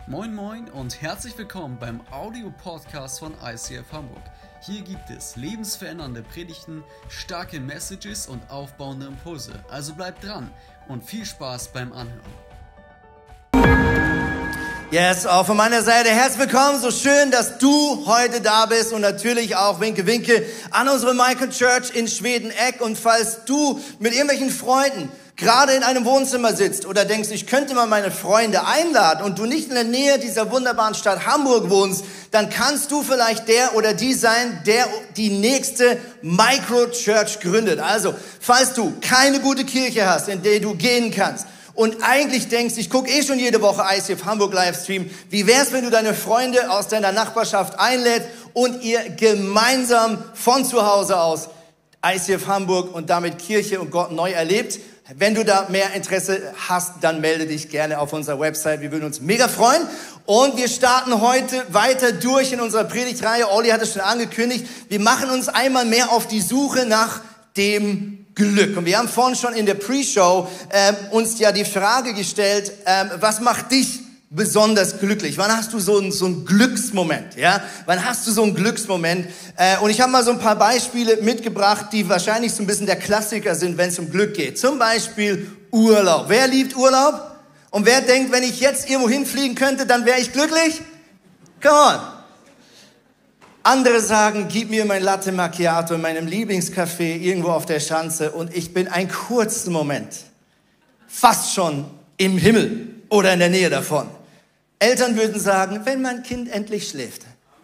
Moin Moin und herzlich willkommen beim Audio-Podcast von ICF Hamburg. Hier gibt es lebensverändernde Predigten, starke Messages und aufbauende Impulse. Also bleibt dran und viel Spaß beim Anhören. Yes, auch von meiner Seite herzlich willkommen. So schön, dass du heute da bist und natürlich auch Winke, Winke an unsere Michael Church in Schwedeneck. Und falls du mit irgendwelchen Freunden gerade in einem Wohnzimmer sitzt oder denkst, ich könnte mal meine Freunde einladen und du nicht in der Nähe dieser wunderbaren Stadt Hamburg wohnst, dann kannst du vielleicht der oder die sein, der die nächste Micro-Church gründet. Also, falls du keine gute Kirche hast, in der du gehen kannst und eigentlich denkst, ich gucke schon jede Woche ICF Hamburg Livestream, wie wär's, wenn du deine Freunde aus deiner Nachbarschaft einlädst und ihr gemeinsam von zu Hause aus ICF Hamburg und damit Kirche und Gott neu erlebt? Wenn du da mehr Interesse hast, dann melde dich gerne auf unserer Website. Wir würden uns mega freuen. Und wir starten heute weiter durch in unserer Predigtreihe. Olli hat es schon angekündigt. Wir machen uns einmal mehr auf die Suche nach dem Glück. Und wir haben vorhin schon in der Pre-Show uns ja die Frage gestellt, was macht dich besonders glücklich? Wann hast du so einen Glücksmoment? Ja? Wann hast du so einen Glücksmoment? Und ich habe mal so ein paar Beispiele mitgebracht, die wahrscheinlich so ein bisschen der Klassiker sind, wenn es um Glück geht. Zum Beispiel Urlaub. Wer liebt Urlaub? Und wer denkt, wenn ich jetzt irgendwo hinfliegen könnte, dann wäre ich glücklich? Come on. Andere sagen, gib mir mein Latte Macchiato in meinem Lieblingscafé irgendwo auf der Schanze und ich bin einen kurzen Moment fast schon im Himmel oder in der Nähe davon. Eltern würden sagen, wenn mein Kind endlich schläft.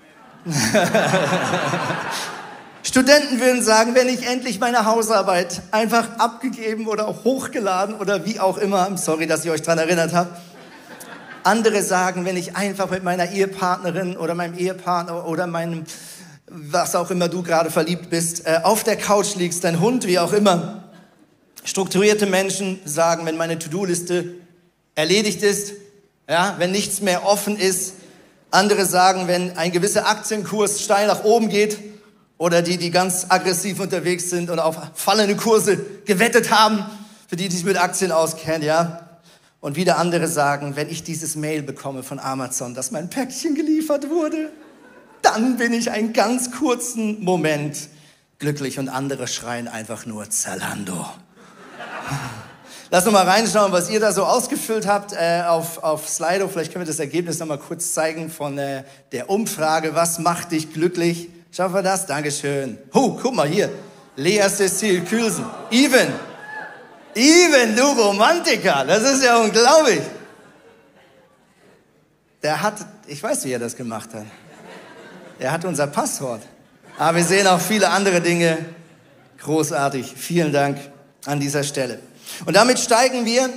Studenten würden sagen, wenn ich endlich meine Hausarbeit einfach abgegeben oder hochgeladen oder wie auch immer. Sorry, dass ich euch daran erinnert habe. Andere sagen, wenn ich einfach mit meiner Ehepartnerin oder meinem Ehepartner oder meinem, was auch immer du gerade verliebt bist, auf der Couch liegst, dein Hund, wie auch immer. Strukturierte Menschen sagen, wenn meine To-Do-Liste erledigt ist, ja, wenn nichts mehr offen ist. Andere sagen, wenn ein gewisser Aktienkurs steil nach oben geht oder die ganz aggressiv unterwegs sind und auf fallende Kurse gewettet haben, für die sich mit Aktien auskennen, ja. Und wieder andere sagen, wenn ich dieses Mail bekomme von Amazon, dass mein Päckchen geliefert wurde, dann bin ich einen ganz kurzen Moment glücklich und andere schreien einfach nur Zalando. Lass uns mal reinschauen, was ihr da so ausgefüllt habt auf Slido. Vielleicht können wir das Ergebnis noch mal kurz zeigen von der Umfrage. Was macht dich glücklich? Schaffen wir das? Dankeschön. Guck mal hier. Lea Cecile Külsen. Even, du Romantiker. Das ist ja unglaublich. Ich weiß, wie er das gemacht hat. Er hat unser Passwort. Aber wir sehen auch viele andere Dinge. Großartig. Vielen Dank an dieser Stelle. Und damit steigen wir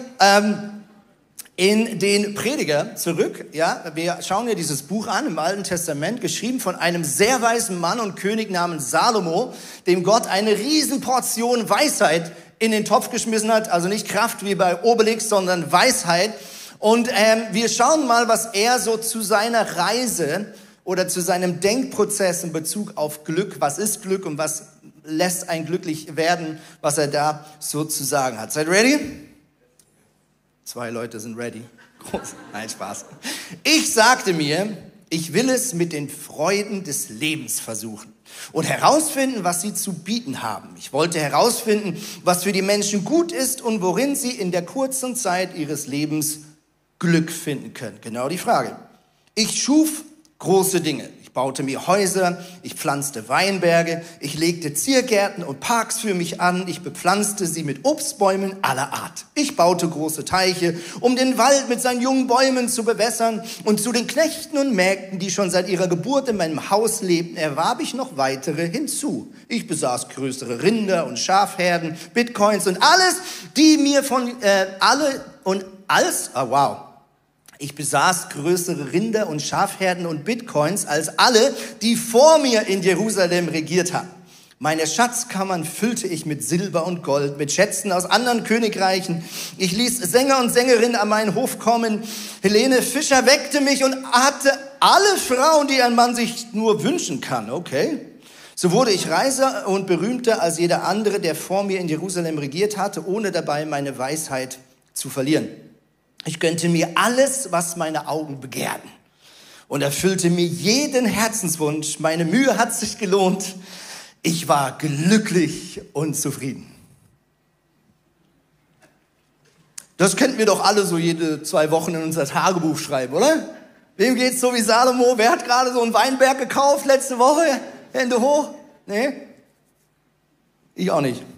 in den Prediger zurück. Ja, wir schauen ja dieses Buch an im Alten Testament, geschrieben von einem sehr weisen Mann und König namens Salomo, dem Gott eine Riesenportion Weisheit in den Topf geschmissen hat. Also nicht Kraft wie bei Obelix, sondern Weisheit. Und wir schauen mal, was er so zu seiner Reise oder zu seinem Denkprozess in Bezug auf Glück, was ist Glück und was lässt einen glücklich werden, was er da so zu sagen hat. Seid ready? 2 Leute sind ready. Groß. Nein, Spaß. Ich sagte mir, ich will es mit den Freuden des Lebens versuchen und herausfinden, was sie zu bieten haben. Ich wollte herausfinden, was für die Menschen gut ist und worin sie in der kurzen Zeit ihres Lebens Glück finden können. Genau die Frage. Ich schuf große Dinge. Ich baute mir Häuser, ich pflanzte Weinberge, ich legte Ziergärten und Parks für mich an, ich bepflanzte sie mit Obstbäumen aller Art. Ich baute große Teiche, um den Wald mit seinen jungen Bäumen zu bewässern, und zu den Knechten und Mägden, die schon seit ihrer Geburt in meinem Haus lebten, erwarb ich noch weitere hinzu. Ich besaß größere Rinder und Schafherden, Bitcoins und alles, die mir Ich besaß größere Rinder und Schafherden und Bitcoins als alle, die vor mir in Jerusalem regiert haben. Meine Schatzkammern füllte ich mit Silber und Gold, mit Schätzen aus anderen Königreichen. Ich ließ Sänger und Sängerinnen an meinen Hof kommen. Helene Fischer weckte mich und hatte alle Frauen, die ein Mann sich nur wünschen kann. Okay. So wurde ich reicher und berühmter als jeder andere, der vor mir in Jerusalem regiert hatte, ohne dabei meine Weisheit zu verlieren. Ich gönnte mir alles, was meine Augen begehrten und erfüllte mir jeden Herzenswunsch. Meine Mühe hat sich gelohnt. Ich war glücklich und zufrieden. Das könnten wir doch alle so jede 2 Wochen in unser Tagebuch schreiben, oder? Wem geht's so wie Salomo? Wer hat gerade so einen Weinberg gekauft letzte Woche? Hände hoch? Nee? Ich auch nicht.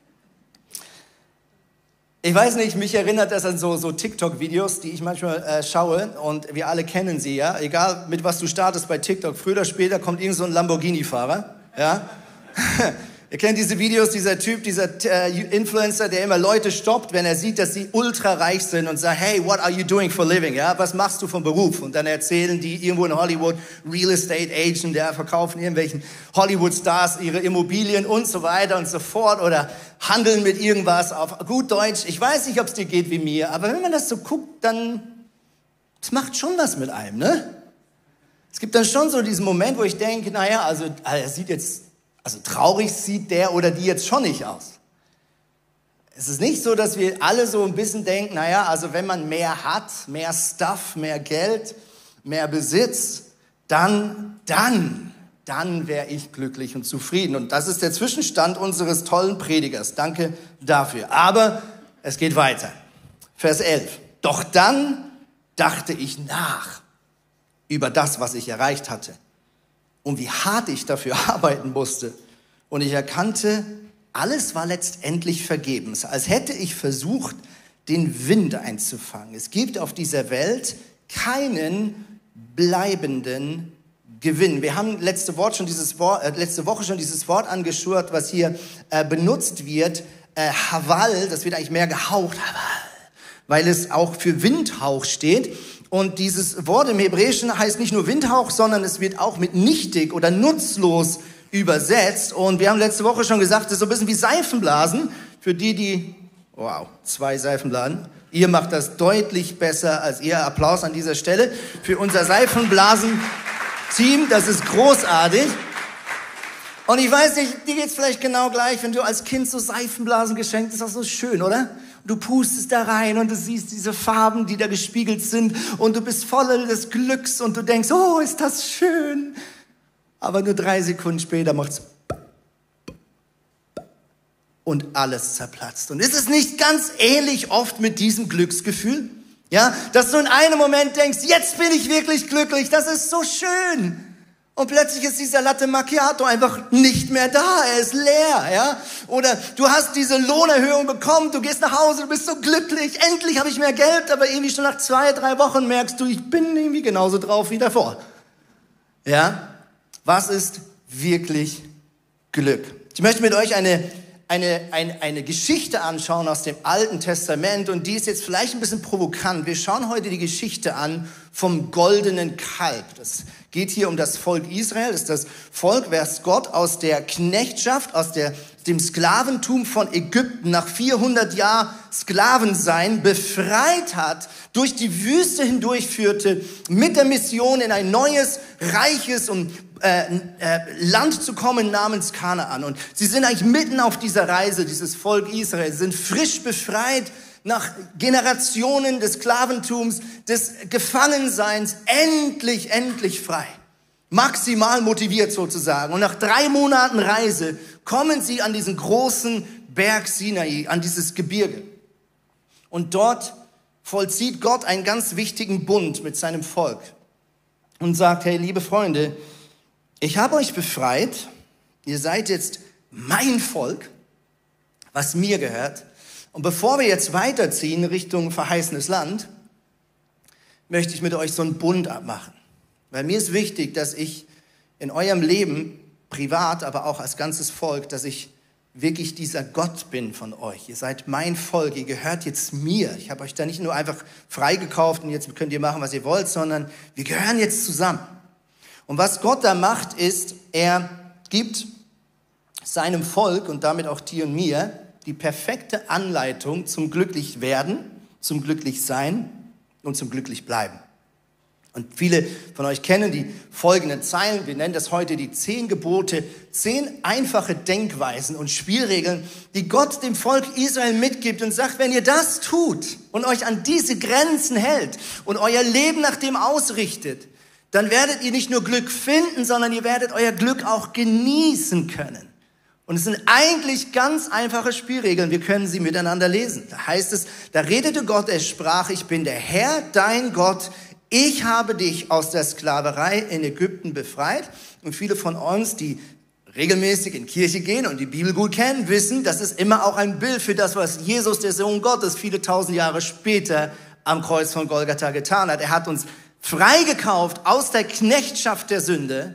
Ich weiß nicht, mich erinnert das an so TikTok-Videos, die ich manchmal schaue und wir alle kennen sie, ja. Egal mit was du startest bei TikTok, früher oder später kommt irgend so ein Lamborghini-Fahrer, ja. Ihr kennt diese Videos, dieser Typ, dieser Influencer, der immer Leute stoppt, wenn er sieht, dass sie ultra reich sind und sagt, hey, what are you doing for living? Ja, was machst du vom Beruf? Und dann erzählen die irgendwo in Hollywood, Real Estate Agent, der verkaufen irgendwelchen Hollywood-Stars ihre Immobilien und so weiter und so fort oder handeln mit irgendwas auf gut Deutsch. Ich weiß nicht, ob es dir geht wie mir, aber wenn man das so guckt, dann, das macht schon was mit einem, ne? Es gibt dann schon so diesen Moment, wo ich denke, naja, also er sieht jetzt, also traurig sieht der oder die jetzt schon nicht aus. Es ist nicht so, dass wir alle so ein bisschen denken, naja, also wenn man mehr hat, mehr Stuff, mehr Geld, mehr Besitz, dann wäre ich glücklich und zufrieden. Und das ist der Zwischenstand unseres tollen Predigers. Danke dafür. Aber es geht weiter. Vers 11. Doch dann dachte ich nach über das, was ich erreicht hatte. Und wie hart ich dafür arbeiten musste. Und ich erkannte, alles war letztendlich vergebens. Als hätte ich versucht, den Wind einzufangen. Es gibt auf dieser Welt keinen bleibenden Gewinn. Wir haben letzte Woche schon dieses Wort angeschaut, was hier benutzt wird. Haval, das wird eigentlich mehr gehaucht, weil es auch für Windhauch steht. Und dieses Wort im Hebräischen heißt nicht nur Windhauch, sondern es wird auch mit nichtig oder nutzlos übersetzt. Und wir haben letzte Woche schon gesagt, das ist so ein bisschen wie Seifenblasen. Für die, 2 Seifenblasen. Ihr macht das deutlich besser als ihr. Applaus an dieser Stelle für unser Seifenblasen-Team. Das ist großartig. Und ich weiß nicht, dir geht's vielleicht genau gleich, wenn du als Kind so Seifenblasen geschenkt, ist das so schön, oder? Du pustest da rein und du siehst diese Farben, die da gespiegelt sind und du bist voller des Glücks und du denkst, oh, ist das schön. Aber nur 3 Sekunden später macht's und alles zerplatzt. Und ist es nicht ganz ähnlich oft mit diesem Glücksgefühl? Ja, dass du in einem Moment denkst, jetzt bin ich wirklich glücklich, das ist so schön. Und plötzlich ist dieser Latte Macchiato einfach nicht mehr da, er ist leer, ja? Oder du hast diese Lohnerhöhung bekommen, du gehst nach Hause, du bist so glücklich, endlich habe ich mehr Geld, aber irgendwie schon nach 2, 3 Wochen merkst du, ich bin irgendwie genauso drauf wie davor. Ja? Was ist wirklich Glück? Ich möchte mit euch eine Geschichte anschauen aus dem Alten Testament und die ist jetzt vielleicht ein bisschen provokant. Wir schauen heute die Geschichte an vom goldenen Kalb. Das geht hier um das Volk Israel. Das ist das Volk, was Gott aus der Knechtschaft, aus dem Sklaventum von Ägypten nach 400 Jahren Sklavensein befreit hat, durch die Wüste hindurchführte, mit der Mission in ein neues, reiches und Land zu kommen namens Kanaan. Und sie sind eigentlich mitten auf dieser Reise, dieses Volk Israel. Sie sind frisch befreit nach Generationen des Sklaventums, des Gefangenseins, endlich frei. Maximal motiviert sozusagen. Und nach 3 Monaten Reise kommen sie an diesen großen Berg Sinai, an dieses Gebirge. Und dort vollzieht Gott einen ganz wichtigen Bund mit seinem Volk und sagt, hey, liebe Freunde, ich habe euch befreit, ihr seid jetzt mein Volk, was mir gehört. Und bevor wir jetzt weiterziehen Richtung verheißenes Land, möchte ich mit euch so einen Bund abmachen. Weil mir ist wichtig, dass ich in eurem Leben, privat, aber auch als ganzes Volk, dass ich wirklich dieser Gott bin von euch. Ihr seid mein Volk, ihr gehört jetzt mir. Ich habe euch da nicht nur einfach freigekauft und jetzt könnt ihr machen, was ihr wollt, sondern wir gehören jetzt zusammen. Und was Gott da macht, ist, er gibt seinem Volk und damit auch dir und mir die perfekte Anleitung zum Glücklichwerden, zum Glücklichsein und zum Glücklichbleiben. Und viele von euch kennen die folgenden Zeilen. Wir nennen das heute die 10 Gebote, 10 einfache Denkweisen und Spielregeln, die Gott dem Volk Israel mitgibt und sagt, wenn ihr das tut und euch an diese Grenzen hält und euer Leben nach dem ausrichtet, dann werdet ihr nicht nur Glück finden, sondern ihr werdet euer Glück auch genießen können. Und es sind eigentlich ganz einfache Spielregeln. Wir können sie miteinander lesen. Da heißt es, da redete Gott, er sprach, ich bin der Herr, dein Gott, ich habe dich aus der Sklaverei in Ägypten befreit. Und viele von uns, die regelmäßig in Kirche gehen und die Bibel gut kennen, wissen, das ist immer auch ein Bild für das, was Jesus, der Sohn Gottes, viele tausend Jahre später am Kreuz von Golgatha getan hat. Er hat uns freigekauft aus der Knechtschaft der Sünde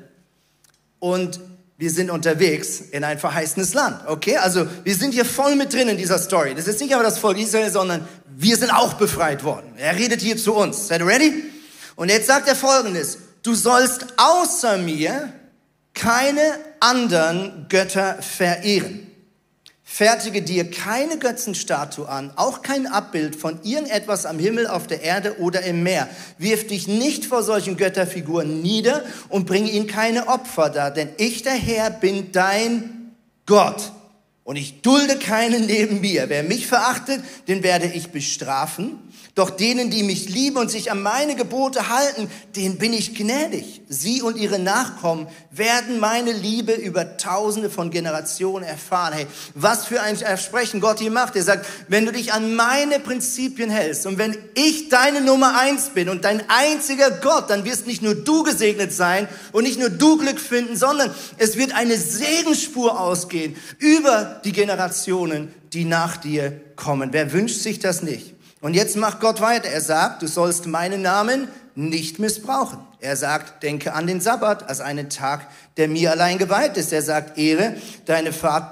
und wir sind unterwegs in ein verheißenes Land. Okay, also wir sind hier voll mit drin in dieser Story. Das ist nicht aber das Volk Israel, sondern wir sind auch befreit worden. Er redet hier zu uns. Seid ihr ready? Und jetzt sagt er Folgendes: Du sollst außer mir keine anderen Götter verehren. Fertige dir keine Götzenstatue an, auch kein Abbild von irgendetwas am Himmel, auf der Erde oder im Meer. Wirf dich nicht vor solchen Götterfiguren nieder und bring ihnen keine Opfer dar, denn ich, der Herr, bin dein Gott. Und ich dulde keinen neben mir. Wer mich verachtet, den werde ich bestrafen. Doch denen, die mich lieben und sich an meine Gebote halten, denen bin ich gnädig. Sie und ihre Nachkommen werden meine Liebe über Tausende von Generationen erfahren. Hey, was für ein Versprechen Gott hier macht. Er sagt, wenn du dich an meine Prinzipien hältst und wenn ich deine Nummer 1 bin und dein einziger Gott, dann wirst nicht nur du gesegnet sein und nicht nur du Glück finden, sondern es wird eine Segensspur ausgehen über die Generationen, die nach dir kommen. Wer wünscht sich das nicht? Und jetzt macht Gott weiter. Er sagt, du sollst meinen Namen nicht missbrauchen. Er sagt, denke an den Sabbat als einen Tag, der mir allein geweiht ist. Er sagt, ehre deinen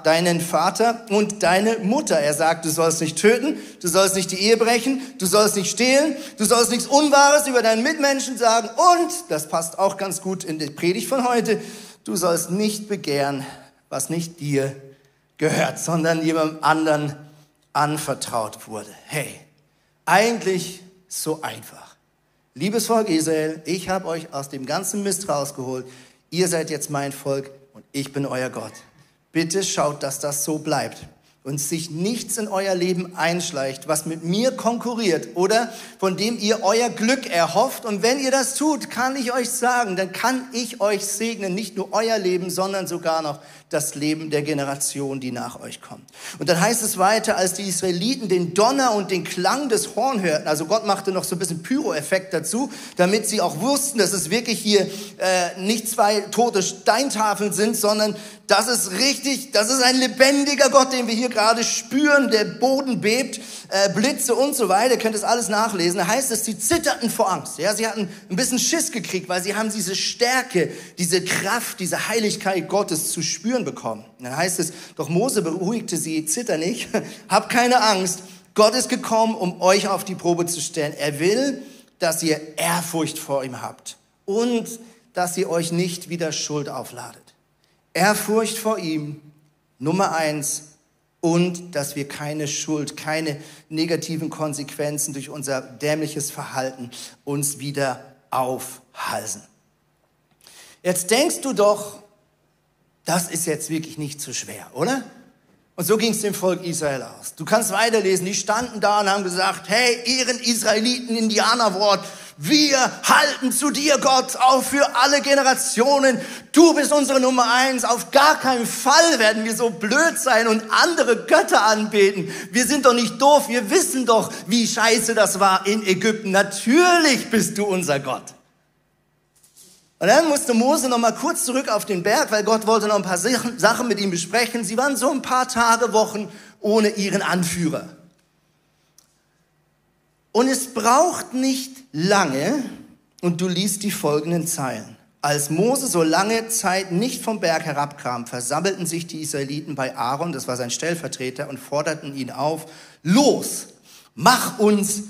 Vater und deine Mutter. Er sagt, du sollst nicht töten, du sollst nicht die Ehe brechen, du sollst nicht stehlen, du sollst nichts Unwahres über deinen Mitmenschen sagen. Und, das passt auch ganz gut in die Predigt von heute, du sollst nicht begehren, was nicht dir gehört, sondern jemandem anderen anvertraut wurde. Hey, eigentlich so einfach. Liebes Volk Israel, ich habe euch aus dem ganzen Mist rausgeholt. Ihr seid jetzt mein Volk und ich bin euer Gott. Bitte schaut, dass das so bleibt und sich nichts in euer Leben einschleicht, was mit mir konkurriert oder von dem ihr euer Glück erhofft. Und wenn ihr das tut, kann ich euch sagen, dann kann ich euch segnen, nicht nur euer Leben, sondern sogar noch das Leben der Generation, die nach euch kommt. Und dann heißt es weiter, als die Israeliten den Donner und den Klang des Horns hörten, also Gott machte noch so ein bisschen Pyro-Effekt dazu, damit sie auch wussten, dass es wirklich hier nicht 2 tote Steintafeln sind, sondern das ist richtig, das ist ein lebendiger Gott, den wir hier gerade spüren, der Boden bebt, Blitze und so weiter, ihr könnt das alles nachlesen. Da heißt es, sie zitterten vor Angst. Ja, sie hatten ein bisschen Schiss gekriegt, weil sie haben diese Stärke, diese Kraft, diese Heiligkeit Gottes zu spüren bekommen. Dann heißt es, doch Mose beruhigte sie, zitter nicht, habt keine Angst, Gott ist gekommen, um euch auf die Probe zu stellen. Er will, dass ihr Ehrfurcht vor ihm habt und dass ihr euch nicht wieder Schuld aufladet. Ehrfurcht vor ihm, Nummer 1, und dass wir keine Schuld, keine negativen Konsequenzen durch unser dämliches Verhalten uns wieder aufhalsen. Jetzt denkst du doch, das ist jetzt wirklich nicht so schwer, oder? Und so ging es dem Volk Israel aus. Du kannst weiterlesen, die standen da und haben gesagt, hey, ihren Israeliten, Indianerwort, wir halten zu dir, Gott, auch für alle Generationen. Du bist unsere Nummer 1. Auf gar keinen Fall werden wir so blöd sein und andere Götter anbeten. Wir sind doch nicht doof. Wir wissen doch, wie scheiße das war in Ägypten. Natürlich bist du unser Gott. Und dann musste Mose noch mal kurz zurück auf den Berg, weil Gott wollte noch ein paar Sachen mit ihm besprechen. Sie waren so ein paar Tage, Wochen ohne ihren Anführer. Und es braucht nicht lange, und du liest die folgenden Zeilen. Als Mose so lange Zeit nicht vom Berg herabkam, versammelten sich die Israeliten bei Aaron, das war sein Stellvertreter, und forderten ihn auf, los, mach uns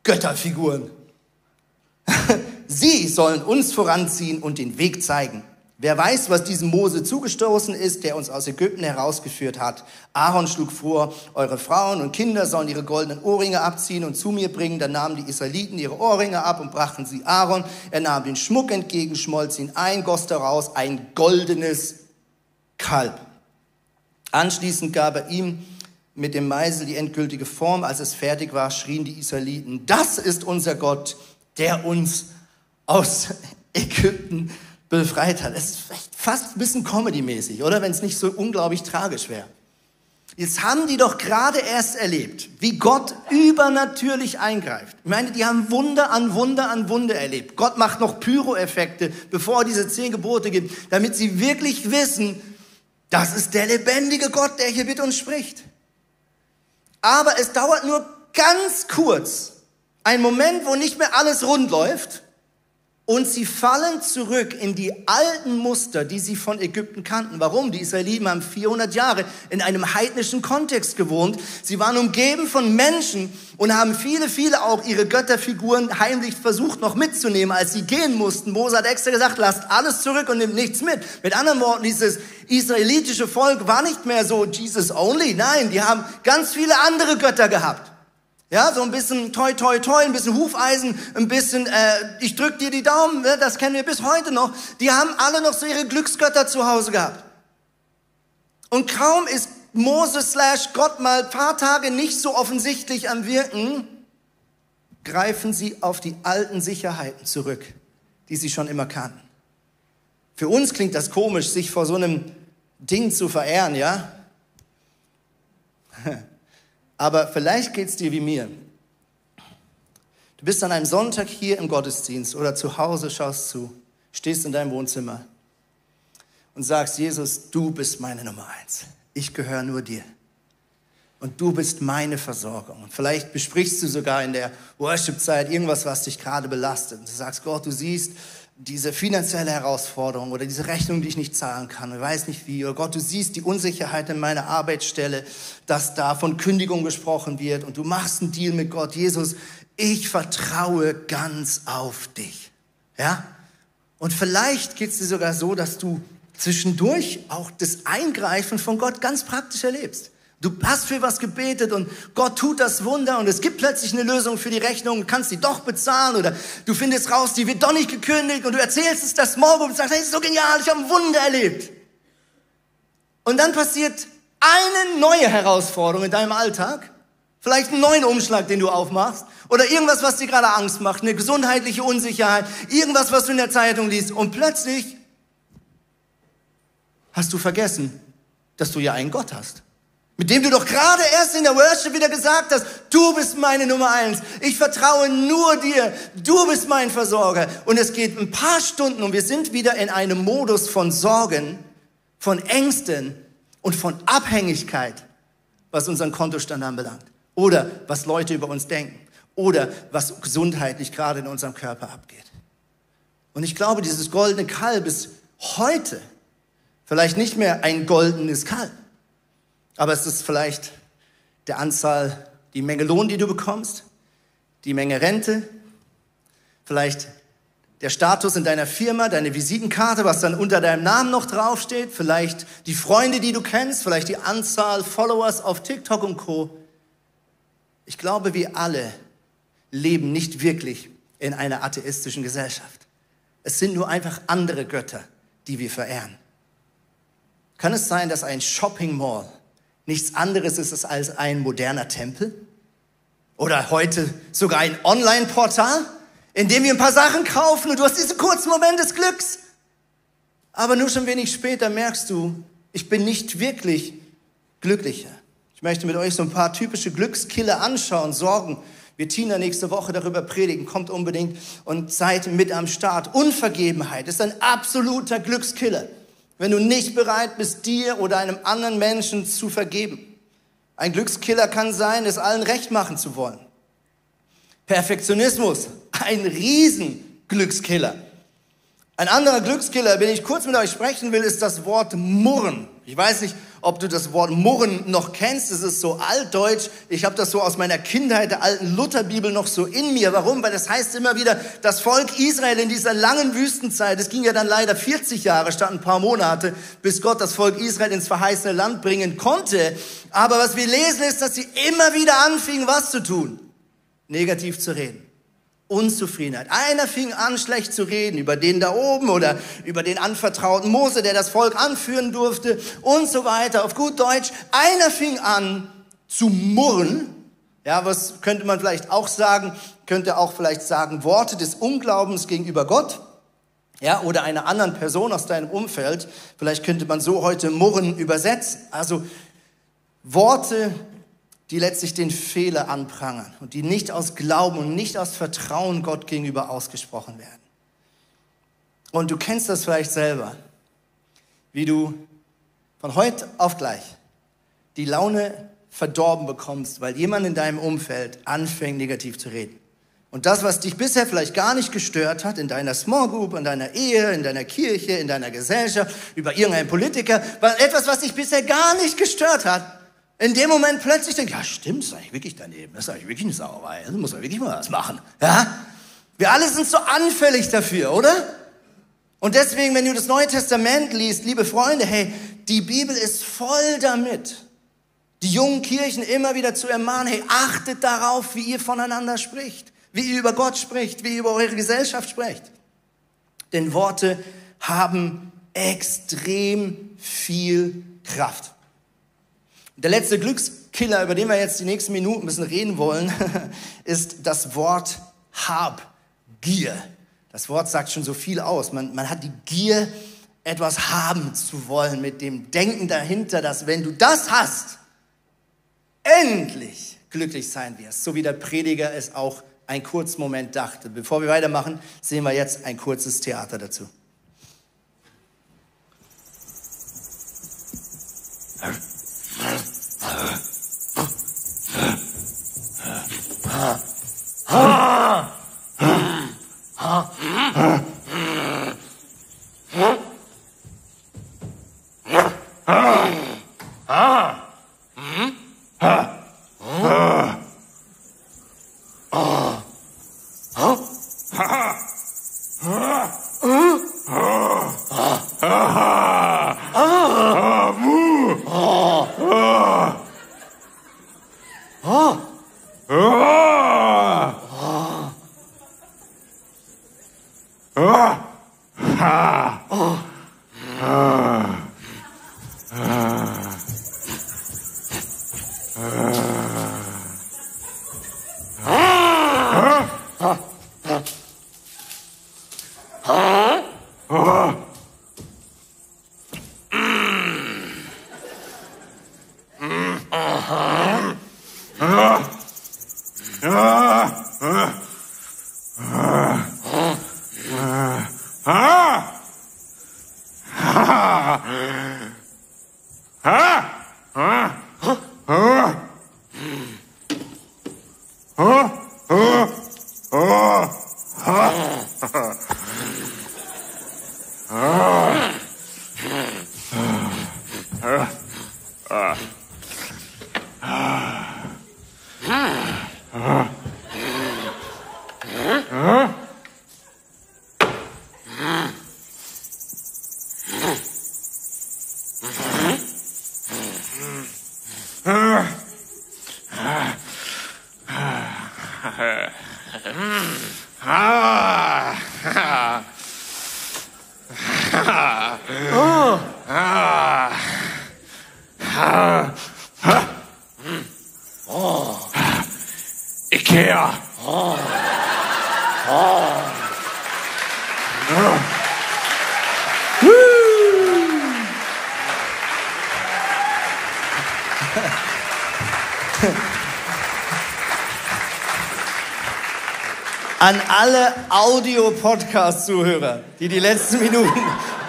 Götterfiguren. Sie sollen uns voranziehen und den Weg zeigen. Wer weiß, was diesem Mose zugestoßen ist, der uns aus Ägypten herausgeführt hat. Aaron schlug vor, eure Frauen und Kinder sollen ihre goldenen Ohrringe abziehen und zu mir bringen. Dann nahmen die Israeliten ihre Ohrringe ab und brachten sie Aaron. Er nahm den Schmuck entgegen, schmolz ihn ein, goss daraus ein goldenes Kalb. Anschließend gab er ihm mit dem Meisel die endgültige Form. Als es fertig war, schrien die Israeliten, das ist unser Gott, der uns aus Ägypten befreit hat. Es ist fast ein bisschen Comedy-mäßig, oder? Wenn es nicht so unglaublich tragisch wäre. Jetzt haben die doch gerade erst erlebt, wie Gott übernatürlich eingreift. Ich meine, die haben Wunder an Wunder an Wunder erlebt. Gott macht noch Pyro-Effekte, bevor er diese 10 Gebote gibt, damit sie wirklich wissen, das ist der lebendige Gott, der hier mit uns spricht. Aber es dauert nur ganz kurz, ein Moment, wo nicht mehr alles rund läuft, und sie fallen zurück in die alten Muster, die sie von Ägypten kannten. Warum? Die Israeliten haben 400 Jahre in einem heidnischen Kontext gewohnt. Sie waren umgeben von Menschen und haben viele auch ihre Götterfiguren heimlich versucht noch mitzunehmen, als sie gehen mussten. Mose hat extra gesagt, lasst alles zurück und nehmt nichts mit. Mit anderen Worten, dieses israelitische Volk war nicht mehr so Jesus only. Nein, die haben ganz viele andere Götter gehabt. Ja, so ein bisschen toi, ein bisschen Hufeisen, ein bisschen, ich drück dir die Daumen, das kennen wir bis heute noch. Die haben alle noch so ihre Glücksgötter zu Hause gehabt. Und kaum ist Mose / Gott mal ein paar Tage nicht so offensichtlich am Wirken, greifen sie auf die alten Sicherheiten zurück, die sie schon immer kannten. Für uns klingt das komisch, sich vor so einem Ding zu verehren, ja? Aber vielleicht geht's dir wie mir. Du bist an einem Sonntag hier im Gottesdienst oder zu Hause, schaust zu, stehst in deinem Wohnzimmer und sagst, Jesus, du bist meine Nummer 1. Ich gehöre nur dir. Und du bist meine Versorgung. Und vielleicht besprichst du sogar in der Worship-Zeit irgendwas, was dich gerade belastet. Und du sagst, Gott, du siehst diese finanzielle Herausforderung oder diese Rechnung, die ich nicht zahlen kann, ich weiß nicht wie. Oder Gott, du siehst die Unsicherheit in meiner Arbeitsstelle, dass da von Kündigung gesprochen wird und du machst einen Deal mit Gott. Jesus, ich vertraue ganz auf dich. Ja? Und vielleicht geht es dir sogar so, dass du zwischendurch auch das Eingreifen von Gott ganz praktisch erlebst. Du hast für was gebetet und Gott tut das Wunder und es gibt plötzlich eine Lösung für die Rechnung und kannst die doch bezahlen oder du findest raus, die wird doch nicht gekündigt und du erzählst es das morgen und sagst, hey, das ist so genial, ich habe ein Wunder erlebt. Und dann passiert eine neue Herausforderung in deinem Alltag, vielleicht einen neuen Umschlag, den du aufmachst oder irgendwas, was dir gerade Angst macht, eine gesundheitliche Unsicherheit, irgendwas, was du in der Zeitung liest und plötzlich hast du vergessen, dass du ja einen Gott hast. Mit dem du doch gerade erst in der Worship wieder gesagt hast, du bist meine Nummer 1. Ich vertraue nur dir. Du bist mein Versorger. Und es geht ein paar Stunden und wir sind wieder in einem Modus von Sorgen, von Ängsten und von Abhängigkeit, was unseren Kontostand anbelangt. Oder was Leute über uns denken. Oder was gesundheitlich gerade in unserem Körper abgeht. Und ich glaube, dieses goldene Kalb ist heute vielleicht nicht mehr ein goldenes Kalb. Aber es ist vielleicht der Anzahl, die Menge Lohn, die du bekommst, die Menge Rente, vielleicht der Status in deiner Firma, deine Visitenkarte, was dann unter deinem Namen noch draufsteht, vielleicht die Freunde, die du kennst, vielleicht die Anzahl Followers auf TikTok und Co. Ich glaube, wir alle leben nicht wirklich in einer atheistischen Gesellschaft. Es sind nur einfach andere Götter, die wir verehren. Kann es sein, dass ein Shopping Mall nichts anderes ist als ein moderner Tempel? Oder heute sogar ein Online-Portal, in dem wir ein paar Sachen kaufen und du hast diesen kurzen Moment des Glücks. Aber nur schon wenig später merkst du, ich bin nicht wirklich glücklicher. Ich möchte mit euch so ein paar typische Glückskiller anschauen, Sorgen. Wir Tina nächste Woche darüber predigen, kommt unbedingt und seid mit am Start. Unvergebenheit ist ein absoluter Glückskiller. Wenn du nicht bereit bist, dir oder einem anderen Menschen zu vergeben. Ein Glückskiller kann sein, es allen recht machen zu wollen. Perfektionismus, ein Riesenglückskiller. Ein anderer Glückskiller, über den ich kurz mit euch sprechen will, ist das Wort murren. Ich weiß nicht, ob du das Wort murren noch kennst. Es ist so altdeutsch. Ich habe das so aus meiner Kindheit, der alten Lutherbibel, noch so in mir. Warum? Weil das heißt immer wieder, das Volk Israel in dieser langen Wüstenzeit, es ging ja dann leider 40 Jahre statt ein paar Monate, bis Gott das Volk Israel ins verheißene Land bringen konnte. Aber was wir lesen ist, dass sie immer wieder anfingen, was zu tun? Negativ zu reden. Unzufriedenheit. Einer fing an, schlecht zu reden über den da oben oder über den anvertrauten Mose, der das Volk anführen durfte und so weiter. Auf gut Deutsch, einer fing an zu murren. Ja, was könnte man vielleicht auch sagen? Könnte auch vielleicht sagen, Worte des Unglaubens gegenüber Gott. Ja, oder einer anderen Person aus deinem Umfeld. Vielleicht könnte man so heute murren übersetzen. Also Worte, die letztlich den Fehler anprangern und die nicht aus Glauben und nicht aus Vertrauen Gott gegenüber ausgesprochen werden. Und du kennst das vielleicht selber, wie du von heute auf gleich die Laune verdorben bekommst, weil jemand in deinem Umfeld anfängt, negativ zu reden. Und das, was dich bisher vielleicht gar nicht gestört hat, in deiner Small Group, in deiner Ehe, in deiner Kirche, in deiner Gesellschaft, über irgendeinen Politiker, war etwas, was dich bisher gar nicht gestört hat, in dem Moment plötzlich denkt, ja stimmt, das ist eigentlich wirklich daneben, das ist eigentlich wirklich eine Sauerei, da muss man wirklich mal was machen. Ja? Wir alle sind so anfällig dafür, oder? Und deswegen, wenn du das Neue Testament liest, liebe Freunde, hey, die Bibel ist voll damit, die jungen Kirchen immer wieder zu ermahnen, hey, achtet darauf, wie ihr voneinander spricht, wie ihr über Gott spricht, wie ihr über eure Gesellschaft spricht. Denn Worte haben extrem viel Kraft. Der letzte Glückskiller, über den wir jetzt die nächsten Minuten ein bisschen reden wollen, ist das Wort Habgier. Das Wort sagt schon so viel aus. Man hat die Gier, etwas haben zu wollen, mit dem Denken dahinter, dass wenn du das hast, endlich glücklich sein wirst. So wie der Prediger es auch einen kurzen Moment dachte. Bevor wir weitermachen, sehen wir jetzt ein kurzes Theater dazu. Ikea. An alle Audio-Podcast-Zuhörer, die letzten Minuten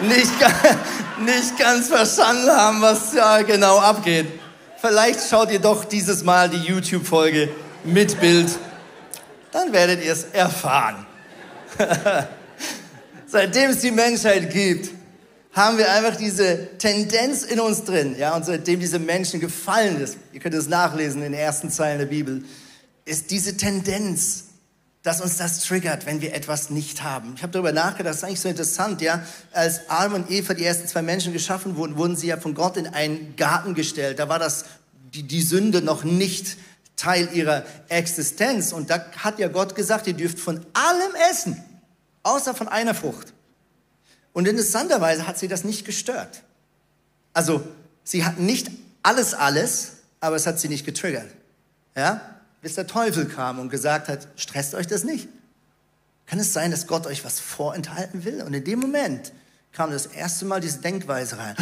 nicht ganz verstanden haben, was da genau abgeht. Vielleicht schaut ihr doch dieses Mal die YouTube-Folge mit Bild. Dann werdet ihr es erfahren. Seitdem es die Menschheit gibt, haben wir einfach diese Tendenz in uns drin. Ja, und seitdem diese Menschen gefallen ist, ihr könnt es nachlesen in den ersten Zeilen der Bibel, ist diese Tendenz, dass uns das triggert, wenn wir etwas nicht haben. Ich habe darüber nachgedacht, das ist eigentlich so interessant, ja. Als Adam und Eva, die ersten zwei Menschen geschaffen wurden, wurden sie ja von Gott in einen Garten gestellt. Da war die Sünde noch nicht Teil ihrer Existenz. Und da hat ja Gott gesagt, ihr dürft von allem essen, außer von einer Frucht. Und interessanterweise hat sie das nicht gestört. Also, sie hat nicht alles, aber es hat sie nicht getriggert. Ja? Bis der Teufel kam und gesagt hat, stresst euch das nicht. Kann es sein, dass Gott euch was vorenthalten will? Und in dem Moment kam das erste Mal diese Denkweise rein.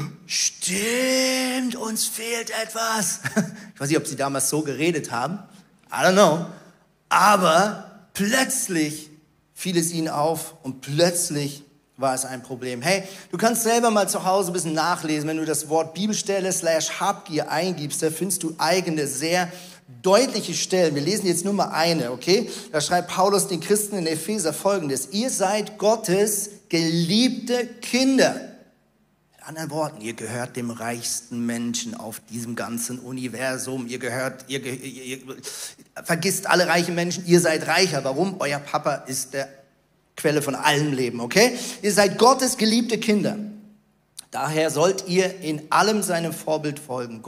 Stimmt, uns fehlt etwas. Ich weiß nicht, ob sie damals so geredet haben. I don't know. Aber plötzlich fiel es ihnen auf und plötzlich war es ein Problem. Hey, du kannst selber mal zu Hause ein bisschen nachlesen, wenn du das Wort Bibelstelle /Habgier eingibst, da findest du eigene, sehr deutliche Stellen. Wir lesen jetzt nur mal eine, okay? Da schreibt Paulus den Christen in Epheser Folgendes: Ihr seid Gottes geliebte Kinder. Mit anderen Worten, ihr gehört dem reichsten Menschen auf diesem ganzen Universum. Ihr vergisst alle reichen Menschen, ihr seid reicher. Warum? Euer Papa ist der Quelle von allem Leben, okay? Ihr seid Gottes geliebte Kinder. Daher sollt ihr in allem seinem Vorbild folgen.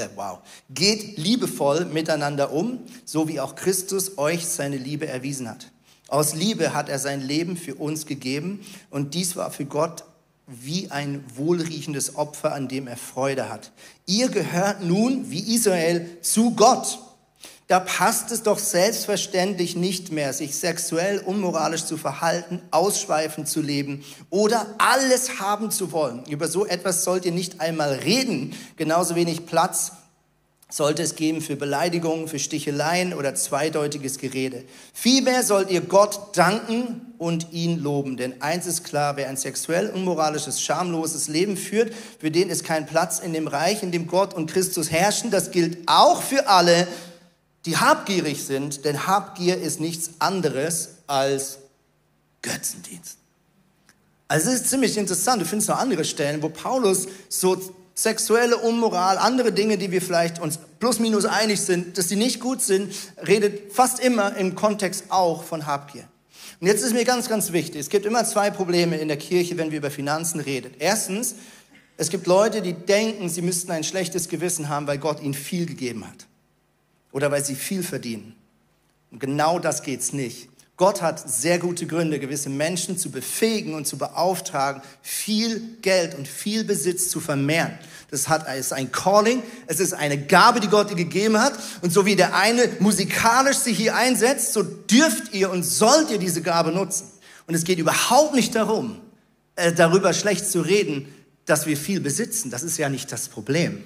Geht liebevoll miteinander um, so wie auch Christus euch seine Liebe erwiesen hat. Aus Liebe hat er sein Leben für uns gegeben und dies war für Gott wie ein wohlriechendes Opfer, an dem er Freude hat. Ihr gehört nun, wie Israel, zu Gott. Da passt es doch selbstverständlich nicht mehr, sich sexuell unmoralisch zu verhalten, ausschweifend zu leben oder alles haben zu wollen. Über so etwas sollt ihr nicht einmal reden. Genauso wenig Platz sollte es geben für Beleidigungen, für Sticheleien oder zweideutiges Gerede. Vielmehr sollt ihr Gott danken und ihn loben. Denn eins ist klar, wer ein sexuell unmoralisches, schamloses Leben führt, für den ist kein Platz in dem Reich, in dem Gott und Christus herrschen. Das gilt auch für alle, die habgierig sind, denn Habgier ist nichts anderes als Götzendienst. Also es ist ziemlich interessant, du findest noch andere Stellen, wo Paulus so sexuelle Unmoral, andere Dinge, die wir vielleicht uns plus minus einig sind, dass die nicht gut sind, redet fast immer im Kontext auch von Habgier. Und jetzt ist mir ganz, ganz wichtig, es gibt immer zwei Probleme in der Kirche, wenn wir über Finanzen reden. Erstens, es gibt Leute, die denken, sie müssten ein schlechtes Gewissen haben, weil Gott ihnen viel gegeben hat. Oder weil sie viel verdienen. Und genau das geht's nicht. Gott hat sehr gute Gründe, gewisse Menschen zu befähigen und zu beauftragen, viel Geld und viel Besitz zu vermehren. Das ist ein Calling, es ist eine Gabe, die Gott dir gegeben hat. Und so wie der eine musikalisch sich hier einsetzt, so dürft ihr und sollt ihr diese Gabe nutzen. Und es geht überhaupt nicht darum, darüber schlecht zu reden, dass wir viel besitzen. Das ist ja nicht das Problem.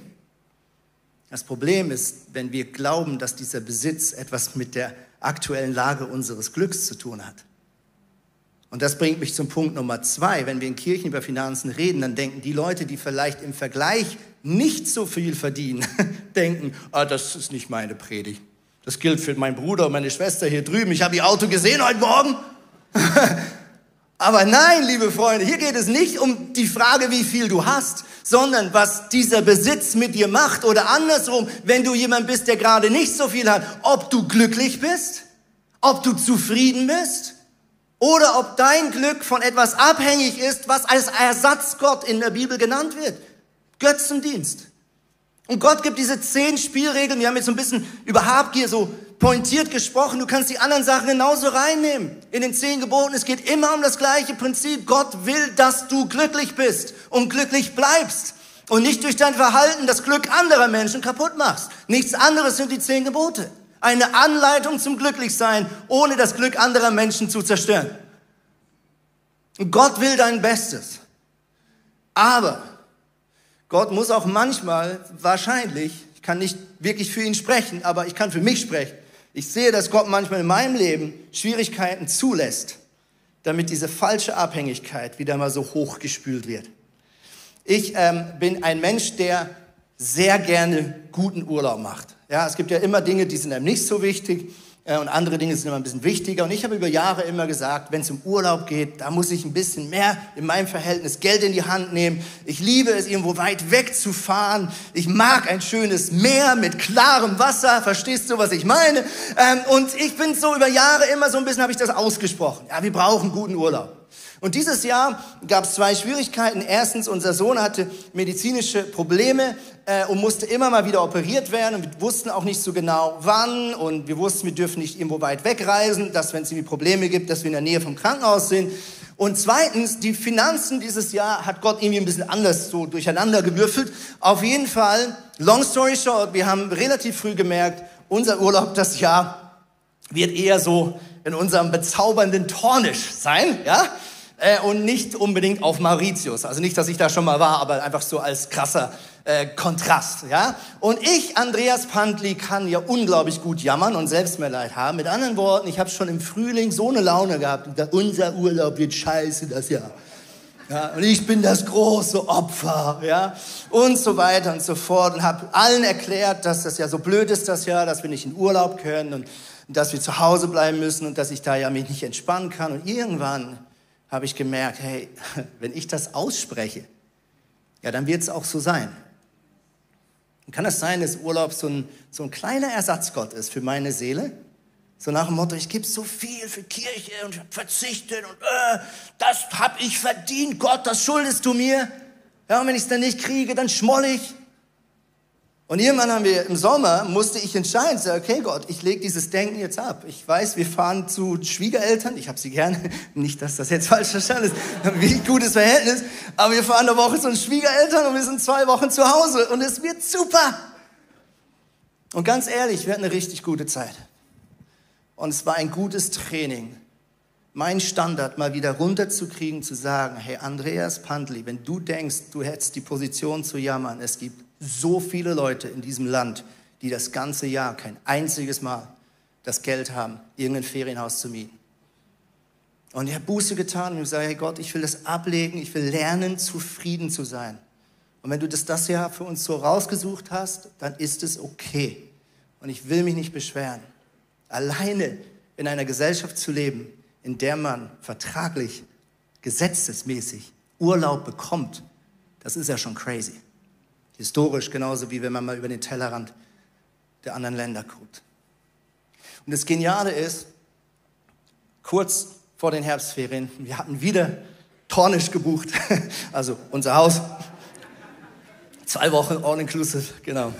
Das Problem ist, wenn wir glauben, dass dieser Besitz etwas mit der aktuellen Lage unseres Glücks zu tun hat. Und das bringt mich zum Punkt Nummer 2. Wenn wir in Kirchen über Finanzen reden, dann denken die Leute, die vielleicht im Vergleich nicht so viel verdienen, denken, das ist nicht meine Predigt. Das gilt für meinen Bruder und meine Schwester hier drüben. Ich habe ihr Auto gesehen heute Morgen. Aber nein, liebe Freunde, hier geht es nicht um die Frage, wie viel du hast, sondern was dieser Besitz mit dir macht oder andersrum, wenn du jemand bist, der gerade nicht so viel hat, ob du glücklich bist, ob du zufrieden bist oder ob dein Glück von etwas abhängig ist, was als Ersatzgott in der Bibel genannt wird. Götzendienst. Und Gott gibt diese 10 Spielregeln, wir haben jetzt so ein bisschen über Habgier so pointiert gesprochen, du kannst die anderen Sachen genauso reinnehmen. In den 10 Geboten, es geht immer um das gleiche Prinzip. Gott will, dass du glücklich bist und glücklich bleibst und nicht durch dein Verhalten das Glück anderer Menschen kaputt machst. Nichts anderes sind die 10 Gebote. Eine Anleitung zum Glücklichsein, ohne das Glück anderer Menschen zu zerstören. Und Gott will dein Bestes. Aber Gott muss auch manchmal, wahrscheinlich, ich kann nicht wirklich für ihn sprechen, aber ich kann für mich sprechen. Ich sehe, dass Gott manchmal in meinem Leben Schwierigkeiten zulässt, damit diese falsche Abhängigkeit wieder mal so hochgespült wird. Ich bin ein Mensch, der sehr gerne guten Urlaub macht. Ja, es gibt ja immer Dinge, die sind einem nicht so wichtig. und andere Dinge sind immer ein bisschen wichtiger. Und ich habe über Jahre immer gesagt, wenn es um Urlaub geht, da muss ich ein bisschen mehr in meinem Verhältnis Geld in die Hand nehmen. Ich liebe es, irgendwo weit weg zu fahren. Ich mag ein schönes Meer mit klarem Wasser. Verstehst du, was ich meine? Und ich bin so über Jahre immer so ein bisschen, habe ich das ausgesprochen. Ja, wir brauchen guten Urlaub. Und dieses Jahr gab es 2 Schwierigkeiten. Erstens, unser Sohn hatte medizinische Probleme und musste immer mal wieder operiert werden. Und wir wussten auch nicht so genau, wann. Und wir wussten, wir dürfen nicht irgendwo weit wegreisen, dass, wenn es irgendwie Probleme gibt, dass wir in der Nähe vom Krankenhaus sind. Und zweitens, die Finanzen dieses Jahr hat Gott irgendwie ein bisschen anders so durcheinander gewürfelt. Auf jeden Fall, long story short, wir haben relativ früh gemerkt, unser Urlaub das Jahr wird eher so in unserem bezaubernden Tornisch sein, ja? Und nicht unbedingt auf Mauritius. Also nicht, dass ich da schon mal war, aber einfach so als krasser Kontrast. Ja? Und ich, Andreas Pantli, kann ja unglaublich gut jammern und Selbstmitleid haben. Mit anderen Worten, ich habe schon im Frühling so eine Laune gehabt. Und gesagt, unser Urlaub wird scheiße das Jahr. Ja? Und ich bin das große Opfer. Ja? Und so weiter und so fort. Und habe allen erklärt, dass das ja so blöd ist das Jahr, dass wir nicht in Urlaub können und dass wir zu Hause bleiben müssen und dass ich da ja mich nicht entspannen kann. Und irgendwann habe ich gemerkt, hey, wenn ich das ausspreche, ja, dann wird es auch so sein. Und kann es sein, dass Urlaub so ein kleiner Ersatzgott ist für meine Seele? So nach dem Motto, ich gebe so viel für Kirche und ich habe verzichtet und das habe ich verdient, Gott, das schuldest du mir. Ja, und wenn ich es dann nicht kriege, dann schmoll ich. Und irgendwann haben wir im Sommer, musste ich entscheiden, okay Gott, ich lege dieses Denken jetzt ab. Ich weiß, wir fahren zu Schwiegereltern, ich habe sie gerne, nicht, dass das jetzt falsch verstanden ist, wie ein gutes Verhältnis, aber wir fahren eine Woche zu den Schwiegereltern und wir sind 2 Wochen zu Hause und es wird super. Und ganz ehrlich, wir hatten eine richtig gute Zeit. Und es war ein gutes Training, meinen Standard mal wieder runterzukriegen, zu sagen, hey Andreas Pantli, wenn du denkst, du hättest die Position zu jammern, es gibt so viele Leute in diesem Land, die das ganze Jahr kein einziges Mal das Geld haben, irgendein Ferienhaus zu mieten. Und ich habe Buße getan und ich sage, hey Gott, ich will das ablegen, ich will lernen, zufrieden zu sein. Und wenn du das Jahr für uns so rausgesucht hast, dann ist es okay. Und ich will mich nicht beschweren. Alleine in einer Gesellschaft zu leben, in der man vertraglich, gesetzesmäßig Urlaub bekommt, das ist ja schon crazy. Historisch genauso, wie wenn man mal über den Tellerrand der anderen Länder guckt. Und das Geniale ist, kurz vor den Herbstferien, wir hatten wieder Tornisch gebucht, also unser Haus. 2 Wochen all-inclusive, genau.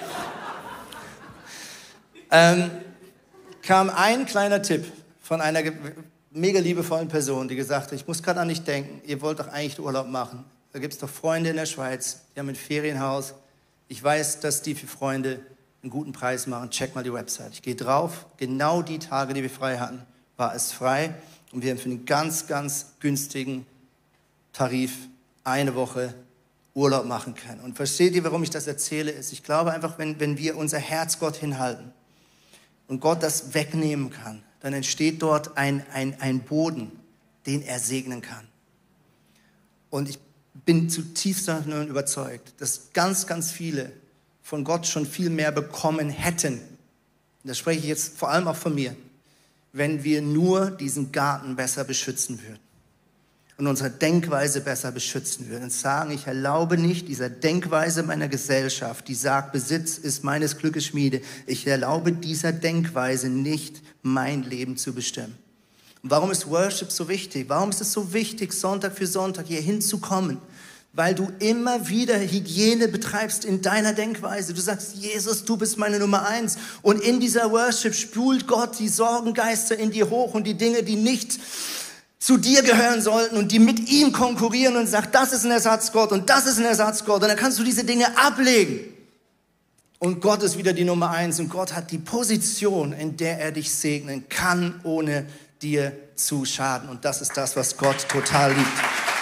Kam ein kleiner Tipp von einer mega liebevollen Person, die gesagt hat, ich muss gerade an dich denken, ihr wollt doch eigentlich Urlaub machen. Da gibt es doch Freunde in der Schweiz, die haben ein Ferienhaus. Ich weiß, dass die für Freunde einen guten Preis machen. Check mal die Website. Ich gehe drauf. Genau die Tage, die wir frei hatten, war es frei. Und wir haben für einen ganz, ganz günstigen Tarif 1 Woche Urlaub machen können. Und versteht ihr, warum ich das erzähle? Ich glaube einfach, wenn wir unser Herz Gott hinhalten und Gott das wegnehmen kann, dann entsteht dort ein Boden, den er segnen kann. Und ich bin zutiefst davon überzeugt, dass ganz, ganz viele von Gott schon viel mehr bekommen hätten. Und das spreche ich jetzt vor allem auch von mir, wenn wir nur diesen Garten besser beschützen würden und unsere Denkweise besser beschützen würden und sagen, ich erlaube nicht dieser Denkweise meiner Gesellschaft, die sagt, Besitz ist meines Glückes Schmiede, ich erlaube dieser Denkweise nicht, mein Leben zu bestimmen. Und warum ist Worship so wichtig? Warum ist es so wichtig, Sonntag für Sonntag hier hinzukommen? Weil du immer wieder Hygiene betreibst in deiner Denkweise. Du sagst, Jesus, du bist meine Nummer 1. Und in dieser Worship spült Gott die Sorgengeister in dir hoch und die Dinge, die nicht zu dir gehören sollten und die mit ihm konkurrieren und sagt, das ist ein Ersatzgott und das ist ein Ersatzgott. Und dann kannst du diese Dinge ablegen. Und Gott ist wieder die Nummer 1 und Gott hat die Position, in der er dich segnen kann, ohne dir zu schaden. Und das ist das, was Gott total liebt.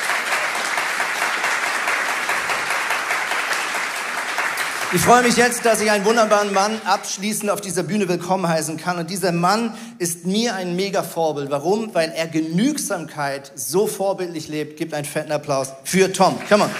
Ich freue mich jetzt, dass ich einen wunderbaren Mann abschließend auf dieser Bühne willkommen heißen kann. Und dieser Mann ist mir ein mega Vorbild. Warum? Weil er Genügsamkeit so vorbildlich lebt. Gebt einen fetten Applaus für Tom. Come on.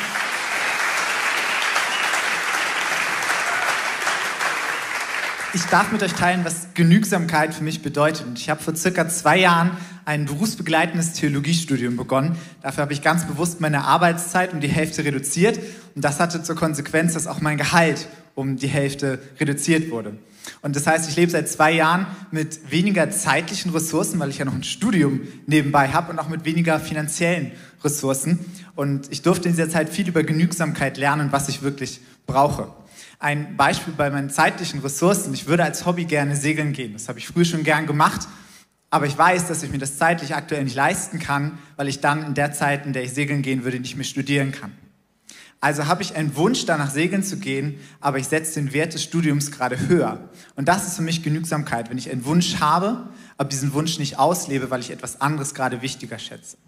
Ich darf mit euch teilen, was Genügsamkeit für mich bedeutet. Und ich habe vor circa 2 Jahren ein berufsbegleitendes Theologiestudium begonnen. Dafür habe ich ganz bewusst meine Arbeitszeit um die Hälfte reduziert. Und das hatte zur Konsequenz, dass auch mein Gehalt um die Hälfte reduziert wurde. Und das heißt, ich lebe seit 2 Jahren mit weniger zeitlichen Ressourcen, weil ich ja noch ein Studium nebenbei habe, und auch mit weniger finanziellen Ressourcen. Und ich durfte in dieser Zeit viel über Genügsamkeit lernen, was ich wirklich brauche. Ein Beispiel bei meinen zeitlichen Ressourcen: Ich würde als Hobby gerne segeln gehen. Das habe ich früher schon gern gemacht. Aber ich weiß, dass ich mir das zeitlich aktuell nicht leisten kann, weil ich dann in der Zeit, in der ich segeln gehen würde, nicht mehr studieren kann. Also habe ich einen Wunsch, danach segeln zu gehen, aber ich setze den Wert des Studiums gerade höher. Und das ist für mich Genügsamkeit, wenn ich einen Wunsch habe, aber diesen Wunsch nicht auslebe, weil ich etwas anderes gerade wichtiger schätze.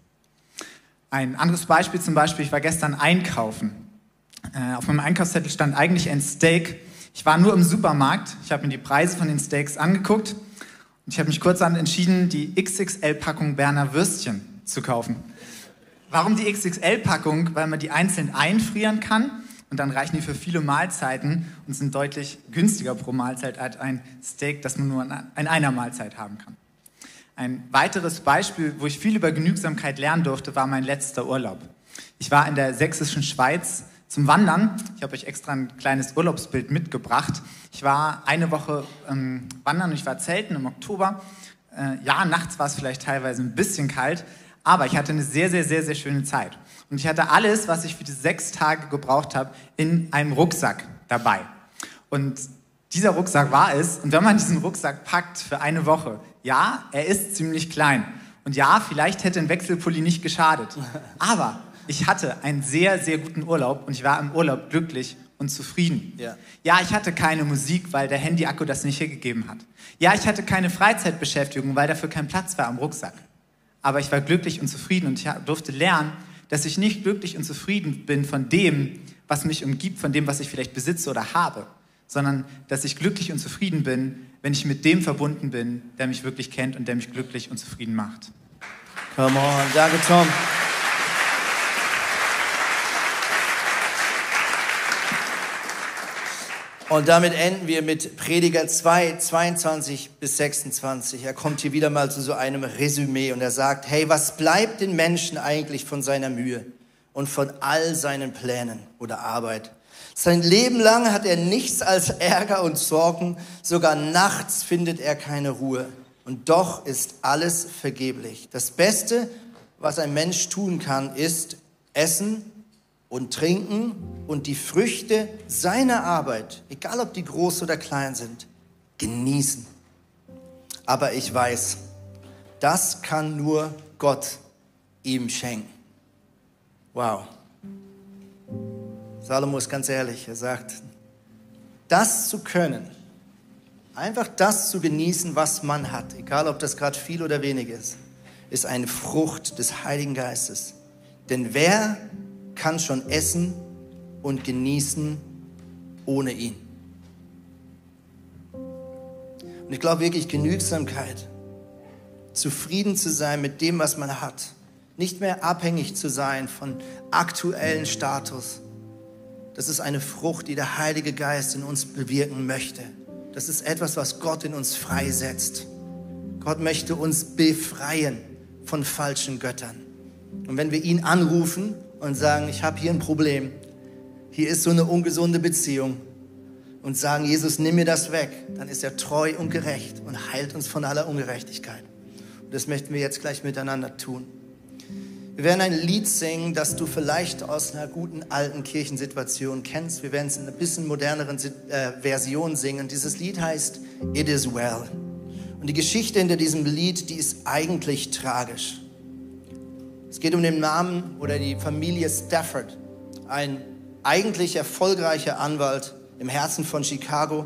Ein anderes Beispiel zum Beispiel: Ich war gestern einkaufen. Auf meinem Einkaufszettel stand eigentlich ein Steak. Ich war nur im Supermarkt, ich habe mir die Preise von den Steaks angeguckt und ich habe mich kurzerhand entschieden, die XXL-Packung Berner Würstchen zu kaufen. Warum die XXL-Packung? Weil man die einzeln einfrieren kann und dann reichen die für viele Mahlzeiten und sind deutlich günstiger pro Mahlzeit als ein Steak, das man nur in einer Mahlzeit haben kann. Ein weiteres Beispiel, wo ich viel über Genügsamkeit lernen durfte, war mein letzter Urlaub. Ich war in der sächsischen Schweiz zum Wandern. Ich habe euch extra ein kleines Urlaubsbild mitgebracht. Ich war eine Woche wandern und ich war zelten im Oktober. Ja, nachts war es vielleicht teilweise ein bisschen kalt, aber ich hatte eine sehr, sehr, sehr, sehr schöne Zeit. Und ich hatte alles, was ich für die 6 Tage gebraucht habe, in einem Rucksack dabei. Und dieser Rucksack war es. Und wenn man diesen Rucksack packt für eine Woche, ja, er ist ziemlich klein. Und ja, vielleicht hätte ein Wechselpulli nicht geschadet. Aber ich hatte einen sehr, sehr guten Urlaub und ich war im Urlaub glücklich und zufrieden. Ja, ich hatte keine Musik, weil der Handy-Akku das nicht hergegeben hat. Ja, ich hatte keine Freizeitbeschäftigung, weil dafür kein Platz war am Rucksack. Aber ich war glücklich und zufrieden und ich durfte lernen, dass ich nicht glücklich und zufrieden bin von dem, was mich umgibt, von dem, was ich vielleicht besitze oder habe, sondern dass ich glücklich und zufrieden bin, wenn ich mit dem verbunden bin, der mich wirklich kennt und der mich glücklich und zufrieden macht. Come on, danke Tom. Und damit enden wir mit Prediger 2, 22 bis 26. Er kommt hier wieder mal zu so einem Resümee und er sagt: Hey, was bleibt den Menschen eigentlich von seiner Mühe und von all seinen Plänen oder Arbeit? Sein Leben lang hat er nichts als Ärger und Sorgen, sogar nachts findet er keine Ruhe. Und doch ist alles vergeblich. Das Beste, was ein Mensch tun kann, ist essen und trinken und die Früchte seiner Arbeit, egal ob die groß oder klein sind, genießen. Aber ich weiß, das kann nur Gott ihm schenken. Wow. Salomo ist ganz ehrlich, er sagt, das zu können, einfach das zu genießen, was man hat, egal ob das gerade viel oder wenig ist eine Frucht des Heiligen Geistes. Denn wer kann schon essen und genießen ohne ihn? Und ich glaube wirklich, Genügsamkeit, zufrieden zu sein mit dem, was man hat, nicht mehr abhängig zu sein von aktuellen Status, das ist eine Frucht, die der Heilige Geist in uns bewirken möchte. Das ist etwas, was Gott in uns freisetzt. Gott möchte uns befreien von falschen Göttern. Und wenn wir ihn anrufen und sagen, ich habe hier ein Problem, hier ist so eine ungesunde Beziehung, und sagen, Jesus, nimm mir das weg, dann ist er treu und gerecht und heilt uns von aller Ungerechtigkeit. Und das möchten wir jetzt gleich miteinander tun. Wir werden ein Lied singen, das du vielleicht aus einer guten alten Kirchensituation kennst. Wir werden es in einer bisschen moderneren Version singen. Dieses Lied heißt It is Well. Und die Geschichte hinter diesem Lied, die ist eigentlich tragisch. Es geht um den Namen oder die Familie Stafford, ein eigentlich erfolgreicher Anwalt im Herzen von Chicago,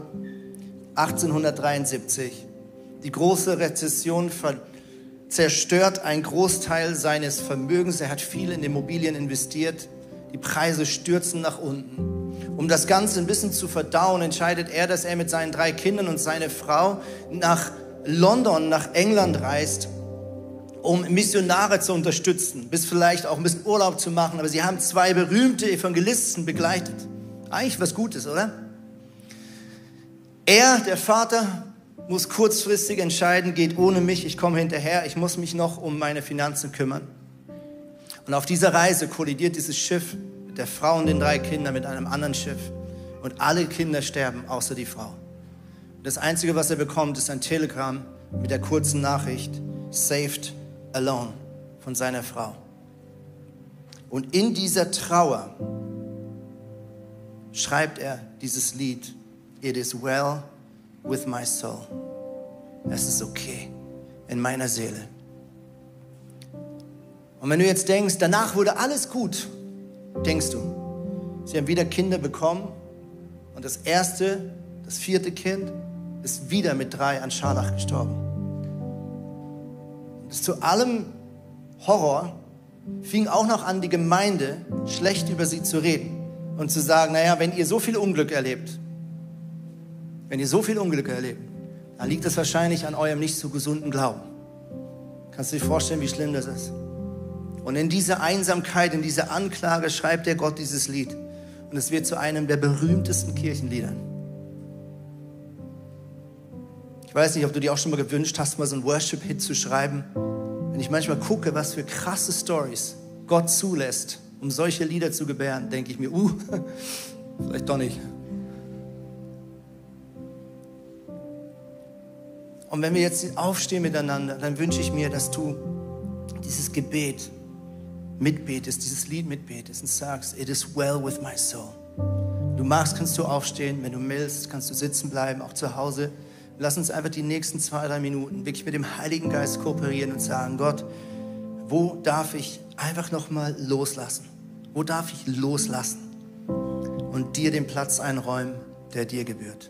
1873. Die große Rezession zerstört einen Großteil seines Vermögens. Er hat viel in Immobilien investiert. Die Preise stürzen nach unten. Um das Ganze ein bisschen zu verdauen, entscheidet er, dass er mit seinen 3 Kindern und seiner Frau nach London, nach England reist, um Missionare zu unterstützen, bis vielleicht auch ein bisschen Urlaub zu machen. Aber sie haben 2 berühmte Evangelisten begleitet. Eigentlich was Gutes, oder? Er, der Vater, muss kurzfristig entscheiden, geht ohne mich, ich komme hinterher, ich muss mich noch um meine Finanzen kümmern. Und auf dieser Reise kollidiert dieses Schiff mit der Frau und den 3 Kindern mit einem anderen Schiff. Und alle Kinder sterben, außer die Frau. Das Einzige, was er bekommt, ist ein Telegramm mit der kurzen Nachricht, saved alone, von seiner Frau. Und in dieser Trauer schreibt er dieses Lied, It is well with my soul. Es ist okay in meiner Seele. Und wenn du jetzt denkst, danach wurde alles gut, denkst du, sie haben wieder Kinder bekommen und das 4. Kind ist wieder mit 3 an Scharlach gestorben. Und zu allem Horror fing auch noch an, die Gemeinde schlecht über sie zu reden und zu sagen, naja, wenn ihr so viel Unglück erlebt, dann liegt das wahrscheinlich an eurem nicht so gesunden Glauben. Kannst du dir vorstellen, wie schlimm das ist? Und in dieser Einsamkeit, in dieser Anklage schreibt der Gott dieses Lied. Und es wird zu einem der berühmtesten Kirchenliedern. Ich weiß nicht, ob du dir auch schon mal gewünscht hast, mal so einen Worship-Hit zu schreiben. Wenn ich manchmal gucke, was für krasse Stories Gott zulässt, um solche Lieder zu gebären, denke ich mir, vielleicht doch nicht. Und wenn wir jetzt aufstehen miteinander, dann wünsche ich mir, dass du dieses Gebet mitbetest, dieses Lied mitbetest und sagst, it is well with my soul. Du magst, kannst du aufstehen, wenn du willst, kannst du sitzen bleiben, auch zu Hause. Lass uns einfach die nächsten 2-3 Minuten wirklich mit dem Heiligen Geist kooperieren und sagen, Gott, wo darf ich einfach nochmal loslassen? Wo darf ich loslassen und dir den Platz einräumen, der dir gebührt?